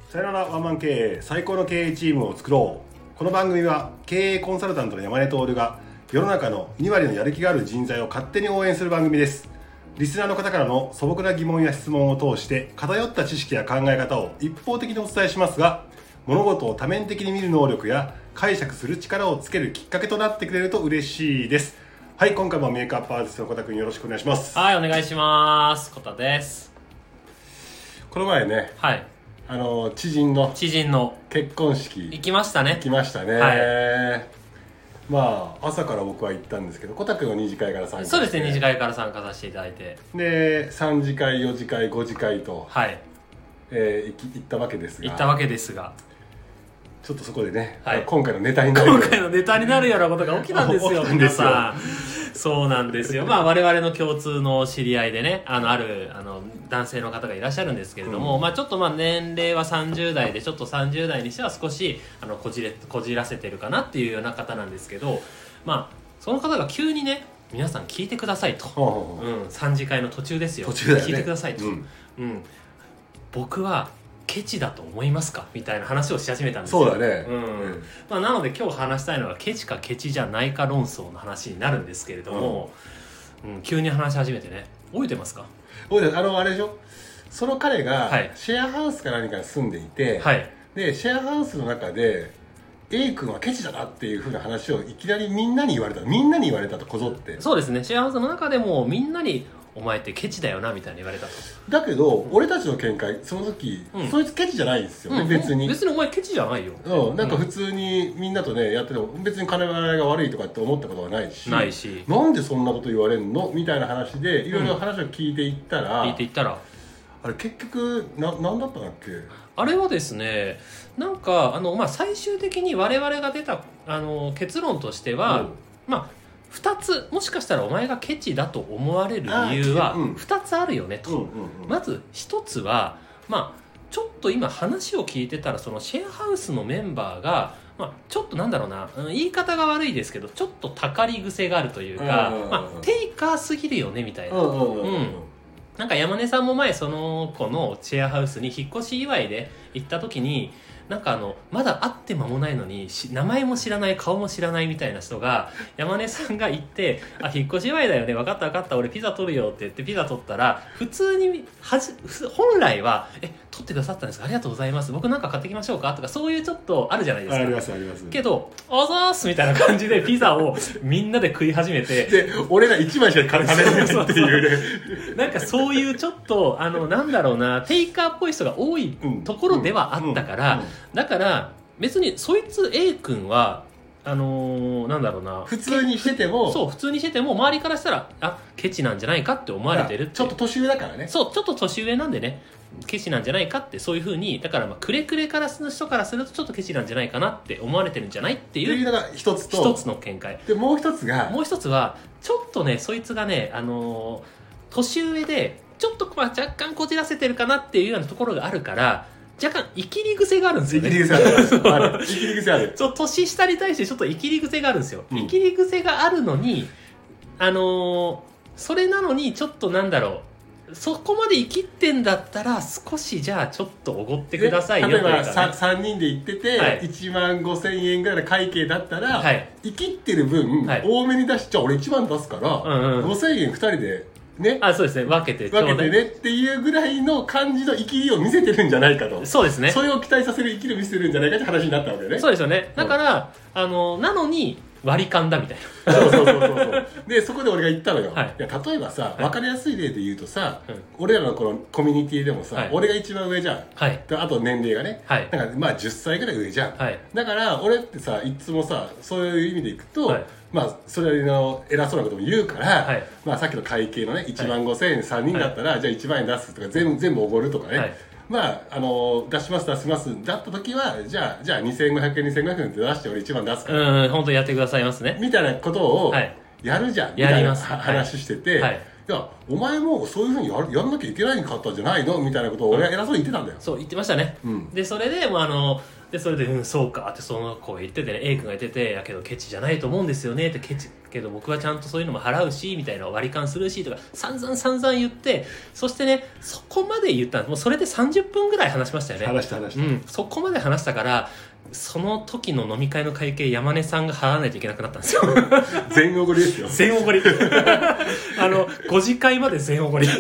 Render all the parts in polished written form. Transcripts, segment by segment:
さよならワンマン経営、最高の経営チームを作ろう。この番組は経営コンサルタントの山根徹が世の中の2割のやる気がある人材を勝手に応援する番組です。リスナーの方からの素朴な疑問や質問を通して偏った知識や考え方を一方的にお伝えしますが、物事を多面的に見る能力や解釈する力をつけるきっかけとなってくれると嬉しいです。はい、今回もメイクアップアーティストの小田君よろしくお願いします。 はい、お願いします。小田です。 この前ね、 はい、 知人の結婚式行きましたね。 行きましたね、 はい、 まあ朝から僕は行ったんですけど、小田君は2次会から参加して、 そうですね、2次会から参加させていただいて、 で3次会4次会5次会と、 はい、 行ったわけですがちょっとそこでね、 はい、 今回のネタになるようなことが起きたんですよ皆さん。そうなんですよ。我々の共通の知り合いでね、ある男性の方がいらっしゃるんですけれども、ちょっと年齢は30代で、ちょっと30代にしては少しこじらせてるかなっていうような方なんですけど、その方が急にね、皆さん聞いてくださいと、3次会の途中ですよ、 途中だよね、 聞いてくださいと、僕はケチだと思いますかみたいな話をし始めたんですよ。 そうだね、 なので今日話したいのはケチかケチじゃないか論争の話になるんですけれども、急に話し始めてね。覚えてますか？ 覚えてる。あれでしょ、その彼がシェアハウスか何かに住んでいて、でシェアハウスの中で A 君はケチだなっていう風な話をいきなりみんなに言われたと、こぞって。 そうですね、シェアハウスの中でもみんなにお前ってケチだよなみたいに言われたと。 だけど、俺たちの見解その時、そいつケチじゃないんですよね、別にお前ケチじゃないよ。 なんか普通にみんなとねやってても別に金払いが悪いとかって思ったことはないし、なんでそんなこと言われんのみたいな話でいろいろ話を聞いていったら、あれ結局なんだったんだっけ。 あれはですね、なんか最終的に我々が出た結論としては、2つ、もしかしたらお前がケチだと思われる理由は2つあるよねと。まず1つは、ちょっと今話を聞いてたら、そのシェアハウスのメンバーが、ちょっと言い方が悪いですけど、ちょっとたかり癖があるというか、テイカーすぎるよねみたいな。なんか山根さんも前その子のシェアハウスに引っ越し祝いで行った時に、なんかまだ会って間もないのに名前も知らない顔も知らないみたいな人が、山根さんが行って引っ越し祝いだよね、分かった俺ピザ取るよって言ってピザ取ったら、普通に本来は取ってくださったんですか、ありがとうございます、僕なんか買ってきましょうかとか、そういうちょっとあるじゃないですか。 ありますけどあざーすみたいな感じでピザをみんなで食い始めてで俺が1枚しか食べれないっていうねなんかそういうちょっとテイカーっぽい人が多いところではあったから、だから別にそいつ A 君は普通にしてても周りからしたらケチなんじゃないかって思われてるって。 ちょっと年上だからね。 そう、ちょっと年上なんでね、ケチなんじゃないかって、そういう風に、だからクレクレからの人からするとちょっとケチなんじゃないかなって思われてるんじゃないっていうのが一つの見解で、もう一つはちょっとね、そいつがね年上でちょっと若干こじらせてるかなっていうようなところがあるから、若干イキリ癖があるんですよね。イキリ癖ある。年下に対してちょっとイキリ癖があるんですよ。イキリ癖があるのに、それなのにちょっとそこまで生きってんだったら少しじゃあちょっとおごってくださいよというか、ね、 例えば3人で行ってて、1万5,000円ぐらいの会計だったら、生きってる分、多めに出しちゃ俺1万出すから、5,000円2人でね、 そうですね、分けてねっていうぐらいの感じの生きりを見せてるんじゃないかと。 そうですね、 それを期待させる生きりを見せてるんじゃないかって話になったわけよね。 そうですよね。だから、なのに割り勘だみたいな。 そうで、そこで俺が言ったのよ、いや例えばさ、分かりやすい例で言うとさ、俺らのこのコミュニティでもさ、俺が一番上じゃん、あと年齢がね、だから10歳ぐらい上じゃん、だから俺ってさ、いつもさ、そういう意味でいくと、それの偉そうなことも言うから、さっきの会計のね、1万5,000円3人だったら、じゃあ1万円出すとか、全部おごるとかね、出しますだった時は、じゃあ2500円2500円って出して俺1万出すから、 本当にやってくださいますねみたいなことをやるじゃん、みたいな話してて、いやお前もそういうふうにやんなきゃいけないかったんじゃないのみたいなことを俺は偉そうに言ってたんだよ。 そう言ってましたね。でそれででそれでそうかってその子が言っててね、 A 君が言ってて、やけどケチじゃないと思うんですよねって、ケチけど僕はちゃんとそういうのも払うしみたいな、割り勘するしとか散々言って、そしてねそこまで言ったのもうそれで30分ぐらい話しましたよね。 話した、 そこまで話したから、その時の飲み会の会計山根さんが払わないといけなくなったんですよ。 全おごりですよ。 全おごり。5次会まで全おごり。だ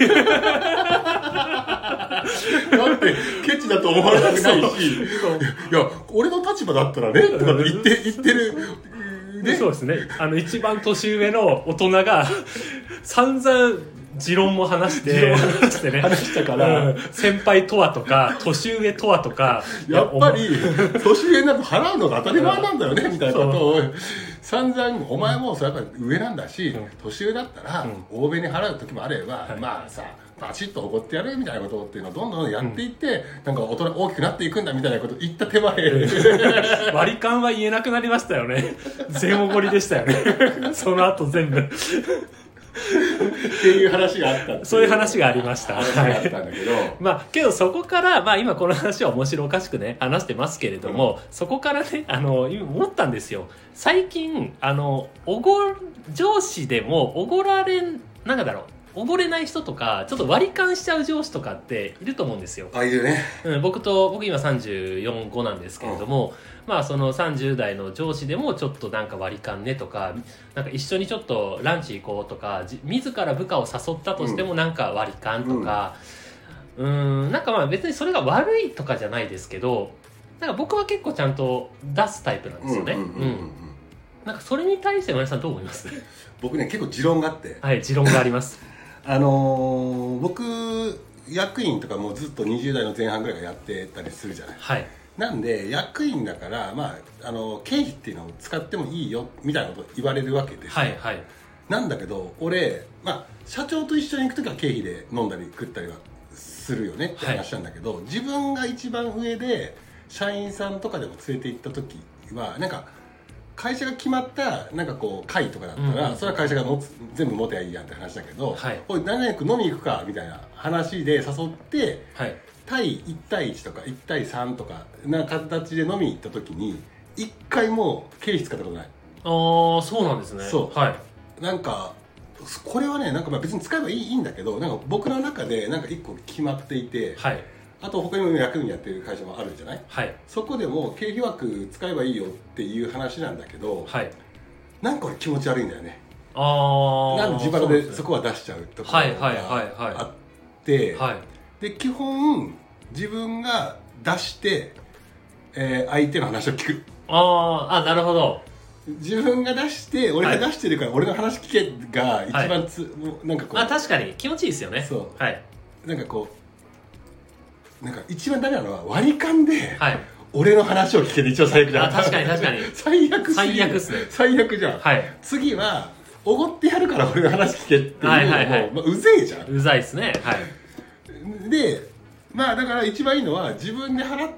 ってケチだと思われたくないし、いや俺の立場だったらねとか言ってる、 ね、そうですね。一番年上の大人が散々持論も話してね、 話したから、 先輩とはとか年上とはとか、 やっぱり年上になると払うのが当たり前なんだよねみたいなことを散々、お前もやっぱり上なんだし、年上だったら欧米に払う時もあれば、まあさバチッとおごってやるみたいなことっていうのをどんどんやっていって、なんか大きくなっていくんだみたいなことを言った手前、 割り勘は言えなくなりましたよね。全おごりでしたよね。その後全部っていう話があった。 そういう話がありました。 話があったんだけど、 まあけどそこから、まあ今この話は面白おかしくね話してますけれども、そこからね今思ったんですよ。最近上司でもおごられなんかだろう、おごれない人とかちょっと割り勘しちゃう上司とかっていると思うんですよ。 いるね。 僕今34、5なんですけれども、まあその30代の上司でもちょっとなんか割り勘ねとか、なんか一緒にちょっとランチ行こうとか、自ら部下を誘ったとしてもなんか割り勘とか、なんかまあ別にそれが悪いとかじゃないですけど、なんか僕は結構ちゃんと出すタイプなんですよね。なんかそれに対して村井さんどう思います？ 僕ね結構持論があって。 はい、持論があります。 僕役員とかもずっと20代の前半ぐらいがやってたりするじゃない。 はい。 なんで役員だから、まあ、経費っていうのを使ってもいいよみたいなこと言われるわけですよ。 はいはい。 なんだけど俺、まあ、社長と一緒に行く時は経費で飲んだり食ったりはするよねって話なんだけど、自分が一番上で社員さんとかでも連れて行った時はなんか会社が決まったなんかこう会とかだったら、それは会社が全部持てばいいやんって話だけど、おい何々君飲みに行くかみたいな話で誘って、対1対1とか1対3とかな形で飲みに行った時に1回も経費使ったことない。 ああ、そうなんですね。 そう、はい、なんかこれはね、なんかまあ別に使えばいいんだけど、なんか僕の中でなんか1個決まっていて、はい、あと他にも役員やってる会社もあるじゃない、はい、そこでも経費枠使えばいいよっていう話なんだけど、はい、なんか俺気持ち悪いんだよね。なんで自腹でそこは出しちゃうとかがあって、で基本自分が出して、相手の話を聞く。 あ、なるほど。 自分が出して俺が出してるから俺の話聞けが一番なんかこう、 確かに気持ちいいですよね。 そう、はい、なんかこうなんか一番ダメなのは割り勘で、俺の話を聞けて一応最悪じゃん。 確かに最悪っすね。 最悪じゃん、はい、次はおごってやるから俺の話聞けっていうのも、まあ、うぜえじゃん。 うざいっすね。はい。 でまあだから一番いいのは自分で払って、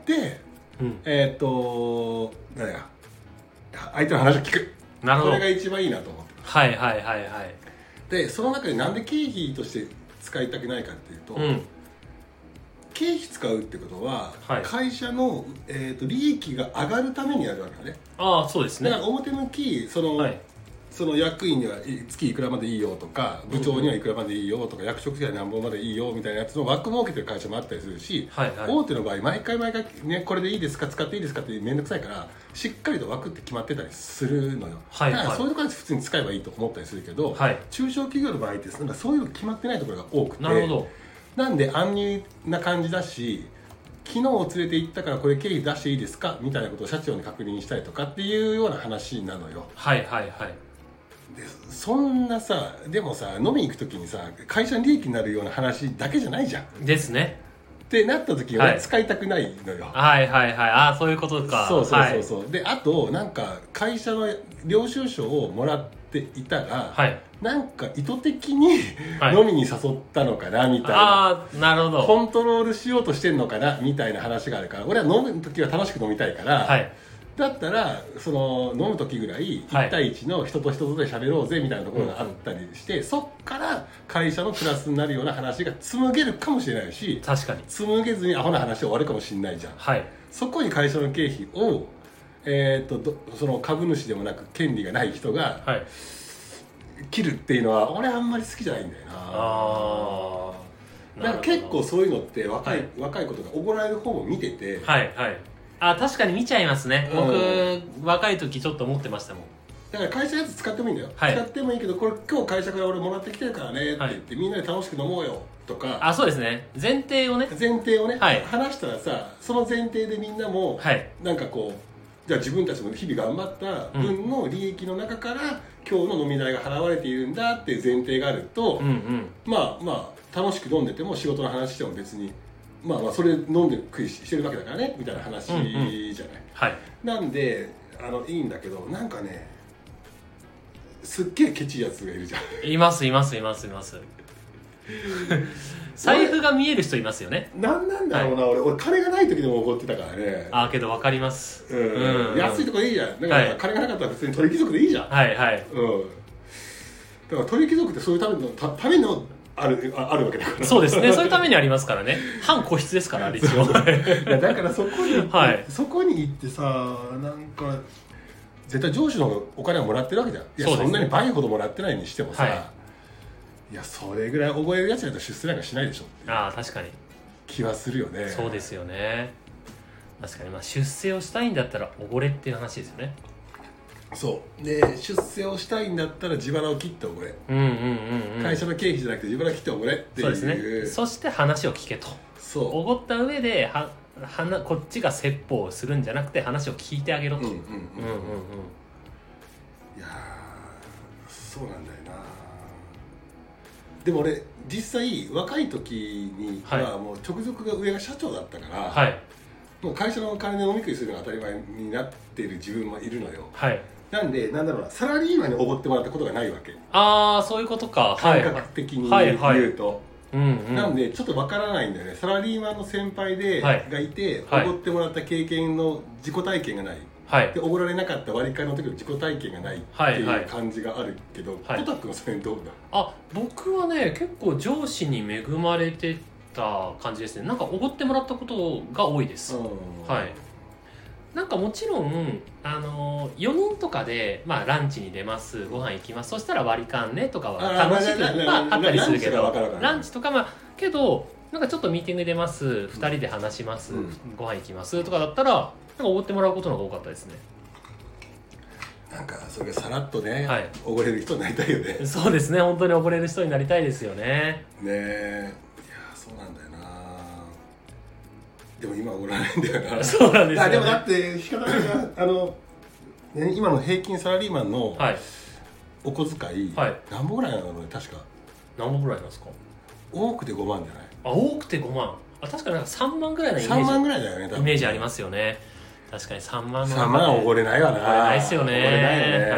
何や相手の話を聞く。なるほど。これが一番いいなと思ってます。 はい。 でその中でなんで経費として使いたくないかっていうと、経費使うってことは、会社の、利益が上がるためにやるわけだね。 ああ、そうですね。 だから表向きその役員には月いくらまでいいよとか、部長にはいくらまでいいよとか、役職費は何本までいいよみたいなやつの枠設けてる会社もあったりするし、大手の場合毎回ね、これでいいですか使っていいですかって面倒くさいからしっかりと枠って決まってたりするのよ。だからそういうところで普通に使えばいいと思ったりするけど、中小企業の場合ってなんかそういうの決まってないところが多くて、なるほど。なんで安入な感じだし、昨日連れて行ったからこれ経費出していいですかみたいなことを社長に確認したりとかっていうような話なのよ。でそんなさ、でもさ飲みに行く時にさ会社に利益になるような話だけじゃないじゃん。 ですね。 ってなった時は使いたくないのよ。 ああ、そういうことか。 そう、であとなんか会社の領収書をもらっていたら、なんか意図的に飲みに誘ったのかなみたいな、 なるほど、 コントロールしようとしてんのかなみたいな話があるから、俺は飲む時は楽しく飲みたいから、 だったらその飲む時ぐらい1対1の人と人とで喋ろうぜみたいなところがあったりして、そっから会社のプラスになるような話が紡げるかもしれないし、 確かに紡げずにアホな話で終わるかもしれないじゃん、はい、そこに会社の経費を、その株主でもなく権利がない人が、はい、切るっていうのは俺あんまり好きじゃないんだよな。 ああ、なんか結構そういうのって若い子とかおごられる方も見てて、 はいはい、あ、確かに見ちゃいますね、僕、若い時ちょっと思ってましたもん。 だから会社のやつ使ってもいいんだよ、はい、使ってもいいけどこれ今日会社から俺もらってきてるからねって言って、はい、みんなで楽しく飲もうよとか、 あ、そうですね、前提をね、 はい、話したらさ、その前提でみんなも、はい、なんかこうじゃあ自分たちも日々頑張った分の利益の中から、今日の飲み代が払われているんだっていう前提があると、まあ楽しく飲んでても仕事の話しても別にまあそれ飲んで食いしてるわけだからねみたいな話じゃない、はい、なんでいいんだけど、なんかねすっげえケチいやつがいるじゃん。 います財布が見える人いますよね。 なんだろうな、はい、俺金がない時でも怒ってたからね。 あ、けど分かります、 安いとこでいいじゃん。だから金がなかったら別に鳥貴族でいいじゃん。はいはい、だから鳥貴族ってそういうためのあるわけだから。 そうですね、そういうためにありますからね。半個室ですから、一応。 だからそこに行って、はい、そこに行ってさ、なんか絶対上司のお金をもらってるわけじゃん。いや、そんなに倍ほどもらってないにしてもさ、はい、いやそれぐらい覚えるやつだと出世なんかしないでしょっていう。 ああ、確かに気はするよね。 そうですよね。確かに、まあ出世をしたいんだったらおごれっていう話ですよね。 そうで、出世をしたいんだったら自腹を切っておごれ、会社の経費じゃなくて自腹切っておごれっていう。そうですね。 そして話を聞けと。そう、おごった上でこっちが説法をするんじゃなくて話を聞いてあげろと。いやそうなんだよな。でも俺実際若い時にはもう直属が上が社長だったから、はい、もう会社の金で飲み食いするのが当たり前になっている自分もいるのよ、はい、なんでなんだろうな、サラリーマンにおごってもらったことがないわけ。 ああ、そういうことか。 感覚的に言うと、なんでちょっとわからないんだよね。サラリーマンの先輩がいておごってもらった経験の自己体験がない、はい、でおごられなかった割り勘の時の自己体験がないっていう感じがあるけど、コタ君はそれどうだ？ あ、僕はね結構上司に恵まれてた感じですね。なんかおごってもらったことが多いです。はい。なんかもちろん4人とかで、まあ、ランチに出ます、ご飯行きます、そしたら割り勘ねとかは楽しくあったりするけど、ランチとかまあけどなんかちょっとミーティング出ます、2人で話します、ご飯行きますとかだったらなんかおごってもらうことの方が多かったですね。 なんかそれがさらっとね、はい、おごれる人になりたいよね。 そうですね、本当におごれる人になりたいですよね。 ねえ、いやそうなんだよな。でも今おごらないんだよな。 そうなんですよね。 でもだって仕方ないな。ね、今の平均サラリーマンのお小遣い、はい、何本ぐらいなのね。確か何本ぐらいなんですか？ 多くて5万じゃない？ あ、多くて5万。あ、確かになんか3万ぐらいのイメージ。 3万ぐらいだよね。 イメージありますよね。確かに3万の。 3万はおごれないわな。 おごれないですよね。おごれないよね。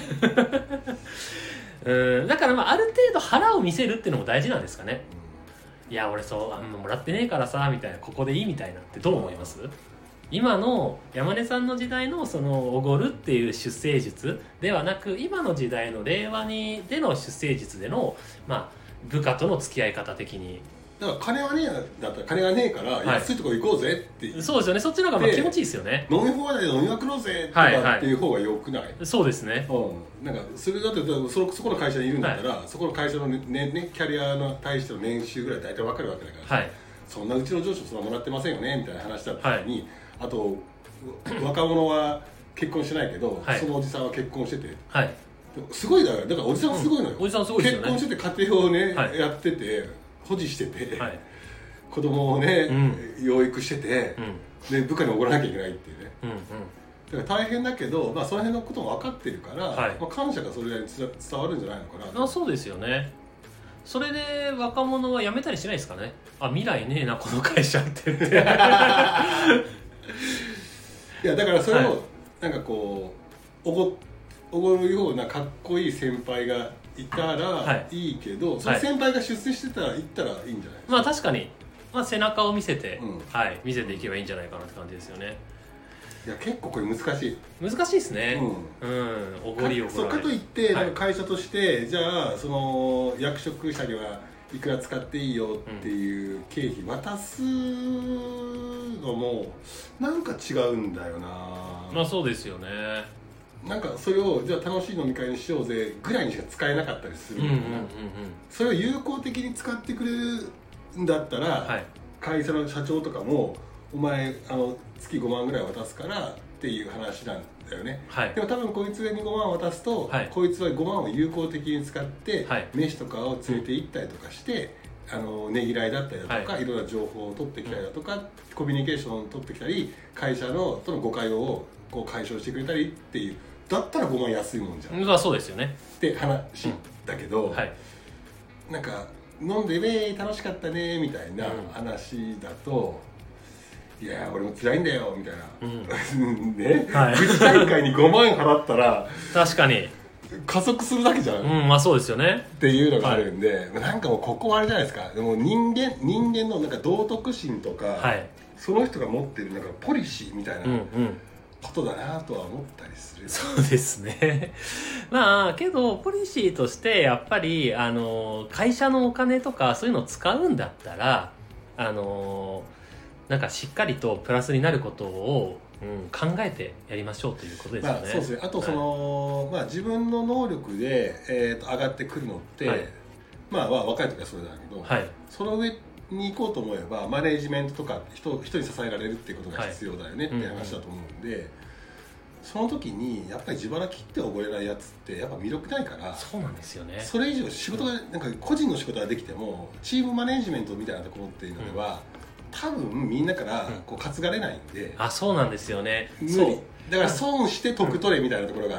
はい。だからまあある程度腹を見せるっていうのも大事なんですかね。いや俺そうあんまもらってねえからさみたいな、ここでいいみたいなってどう思います？今の山根さんの時代のそのおごるっていう出世術ではなく、今の時代の令和での出世術でのまあ部下との付き合い方的に。 だから金はねえだったら金がねえから安いとこ行こうぜっていう、 そうですよね。そっちの方がまあ気持ちいいですよね。 飲み放題で飲みまくろうぜとかっていう方がよくない？ そうですね。 なんかそれだってそこの会社にいるんだったら、そこの会社のねキャリアに対しての年収ぐらい大体分かるわけだから、そんなうちの上司もそんなもらってませんよねみたいな話だった時に、あと若者は結婚してないけど、そのおじさんは結婚してて、すごいだからおじさんはすごいのよ。 おじさんすごいですよね。 結婚してて家庭をねやってて。保持してて、子供をね、養育してて、で部下におごらなきゃいけないっていうね、だから大変だけど、まあ、その辺のことも分かってるから、まあ、感謝がそれなりに伝わるんじゃないのかな。 あ、そうですよね。それで若者は辞めたりしないですかね。あ、未来ねえなこの会社ってっていやだからそれを、なんかこうおごるようなかっこいい先輩がいたらいいけど、その先輩が出世してたら行ったらいいんじゃないですか。 まあ確かに、まあ、背中を見せて、見せていけばいいんじゃないかなって感じですよね。 いや結構これ難しいですね。おごりをそうかといって、なんか会社としてじゃあその役職者にはいくら使っていいよっていう経費渡すのもなんか違うんだよな。 まあそうですよね。 なんかそれをじゃあ楽しい飲み会にしようぜぐらいにしか使えなかったりするのかな。それを有効的に使ってくれるんだったら、はい、会社の社長とかもお前月5万ぐらい渡すからっていう話なんだよね、はい、でも多分こいつに5万渡すと、はい、こいつは5万を有効的に使って、はい、飯とかを連れて行ったりとかして、ねぎらいだったりだとか、はい、いろんな情報を取ってきたりだとか、コミュニケーションを取ってきたり会社との誤解をこう解消してくれたりっていうだったら5万安いもんじゃん、 そうですよねって話だけど、はい、なんか飲んで楽しかったねみたいな話だと、いや俺も辛いんだよみたいな、ね、はい、愚痴大会に5万円払ったら確かに加速するだけじゃん、 まあそうですよねっていうのがあるんで、はい、なんかもうここはあれじゃないですか。でも人間のなんか道徳心とか、はい、その人が持ってるなんかポリシーみたいなことだなとは思ったりする。 そうですねまあけどポリシーとしてやっぱり会社のお金とかそういうのを使うんだったらなんかしっかりとプラスになることを、考えてやりましょうということですよね。 そうですね。あと自分の能力で、上がってくるのって、はい、若い時はそれだけど、はい、その上に行こうと思えばマネージメントとか人に支えられるっていうことが必要だよねって話だと思うんで、その時にやっぱり自腹切っておごれないやつってやっぱ魅力ないから。 そうなんですよね。 それ以上仕事がなんか個人の仕事ができてもチームマネージメントみたいなところっていうのでは、多分みんなからこう担がれないんで、 そうなんですよね。 そうだから損して得取れみたいなところがあって、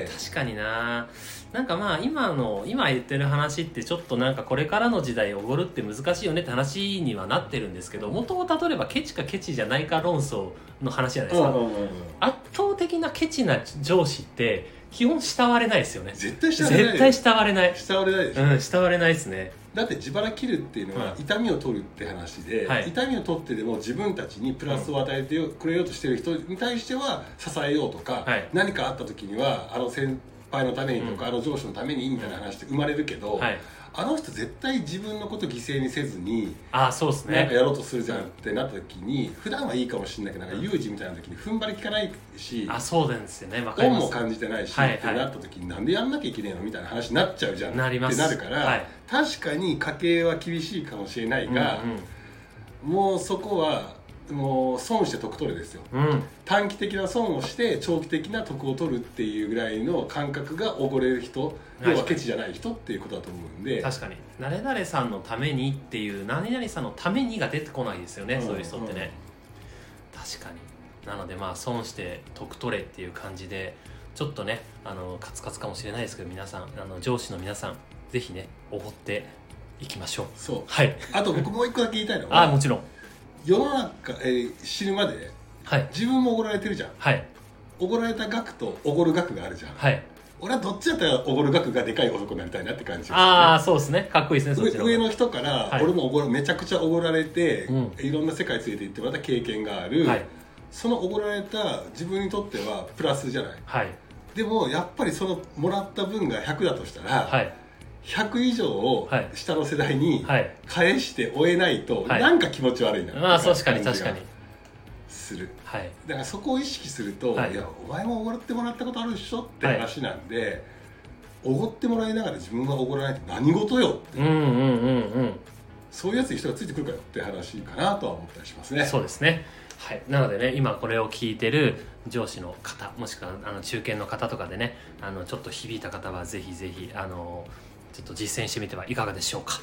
確かになんか今言ってる話ってちょっとなんかこれからの時代おごるって難しいよねって話にはなってるんですけど、元を例えばケチかケチじゃないか論争の話じゃないですか。圧倒的なケチな上司って基本慕われないですよね。 絶対慕われない。 絶対慕われない。 慕われないでしょ。 慕われないですね。 だって自腹切るっていうのは痛みを取るって話で、はい、痛みを取ってでも自分たちにプラスを与えてくれようとしてる人に対しては支えようとか、はい、何かあった時には先輩のためにとか、上司のためにみたいな話って生まれるけど、はい、あの人絶対自分のこと犠牲にせずにそうですね、 なんかやろうとするじゃんってなった時に、普段はいいかもしれないけどなんか有事みたいな時に踏ん張り効かないし、 そうなんですよね。 恩も感じてないし、ってなった時になんでやんなきゃいけないのみたいな話になっちゃうじゃんってなるから、確かに家計は厳しいかもしれないが、もうそこはもう損して得取れですよ、短期的な損をして長期的な得を取るっていうぐらいの感覚がおごれる人、要はケチじゃない人っていうことだと思うんで、 確かに誰々さんのためにっていう何々さんのためにが出てこないですよね、そういう人ってね、確かに。なので損して得取れっていう感じでちょっとねカツカツかもしれないですけど、皆さん上司の皆さんぜひねおごっていきましょう。 そう、 はい。 あと僕もう一個だけ言いたいのはもちろん世の中、死ぬまで、はい、自分もおごられてるじゃん、はい、おごられた額とおごる額があるじゃん、はい、俺はどっちだったらおごる額がでかい男になりたいなって感じですね。 そうですね。かっこいいですね。そっちの上の人から、はい、俺もめちゃくちゃおごられて、いろんな世界連れて行ってまた経験がある、はい、そのおごられた自分にとってはプラスじゃない、はい、でもやっぱりそのもらった分が100だとしたら、はい、100以上を下の世代に返して終えないと、なんか気持ち悪いなって感じがする、はい、だからそこを意識すると、いやお前もおごってもらったことあるでしょって話なんで、おごってもらいながら自分がおごらないって何事よって、そういうやつに人がついてくるかよって話かなとは思ったりしますね。 そうですね。はい、なのでね、今これを聞いてる上司の方、もしくは中堅の方とかでね、ちょっと響いた方はぜひぜひちょっと実践してみてはいかがでしょうか。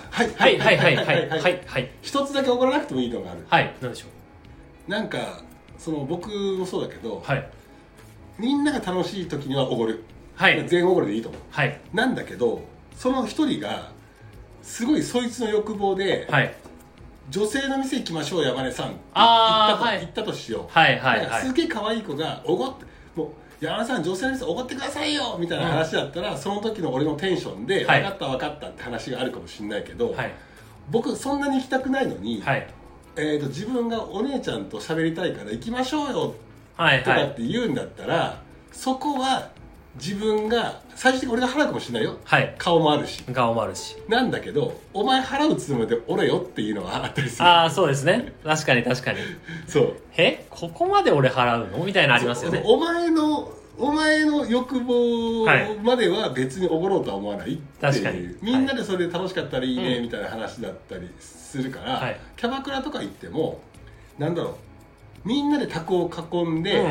一つだけおごらなくてもいいのがある。 はい、何でしょう。 なんか僕もそうだけど、はい、みんなが楽しい時にはおごる、はい、全員おごるでいいと思う、はい、なんだけどその一人がすごいそいつの欲望で、はい、女性の店行きましょう山根さんって言ったとしよう、すげえ可愛い子がおごってもう山根さん女性の店おごってくださいよみたいな話だったら、その時の俺のテンションで、分かった分かったって話があるかもしれないけど、僕そんなに行きたくないのに、自分がお姉ちゃんと喋りたいから行きましょうよとかって言うんだったら、そこは自分が最終的に俺が払うかもしれないよ、顔もあるしなんだけど、お前払うつもりでおれよっていうのはあったりする。 ああ、そうですね、確かにそうここまで俺払うのみたいなのありますよね。 お前の欲望までは別におごろうとは思わないっていう、 確かにみんなでそれで楽しかったらいいねみたいな話だったりするから、キャバクラとか行ってもなんだろう、みんなで卓を囲んで、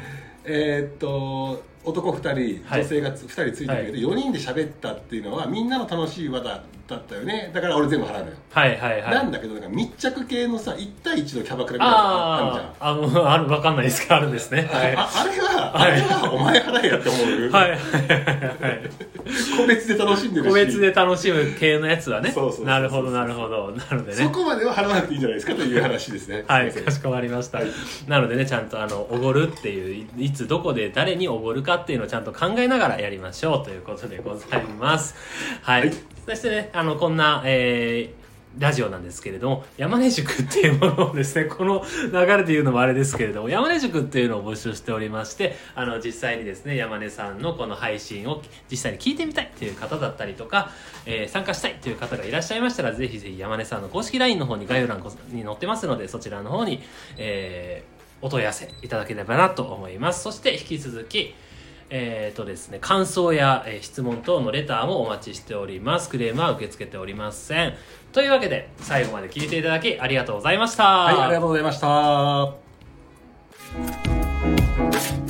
男2人、女性が2人ついてくれて、4人で喋ったっていうのはみんなの楽しい輪だったよね。だから俺全部払うのよ。なんだけど、なんか密着系のさ、1対1のキャバクラみたいなのあるじゃん。 分かんないですか、あるんですね。 あれはお前払えやって思う。個別で楽しんでるし、 個別で楽しむ系のやつはね。なるほどなのでね、 そこまでは払わなくていいんじゃないですかという話ですね。 かしこまりました。なのでね、ちゃんとおごるっていう、いつどこで誰におごるかっていうのをちゃんと考えながらやりましょうということでございます。そしてね、こんな、ラジオなんですけれども、山根塾っていうものをですね、この流れで言うのもあれですけれども、山根塾っていうのを募集しておりまして、実際にですね、山根さんのこの配信を実際に聞いてみたいっていう方だったりとか、参加したいっていう方がいらっしゃいましたら、ぜひぜひ山根さんの公式 LINE の方に概要欄に載ってますので、そちらの方に、お問い合わせいただければなと思います。そして引き続き、ですね、感想や、質問等のレターもお待ちしております。クレームは受け付けておりません。というわけで、最後まで聞いていただきありがとうございました。 ありがとうございました。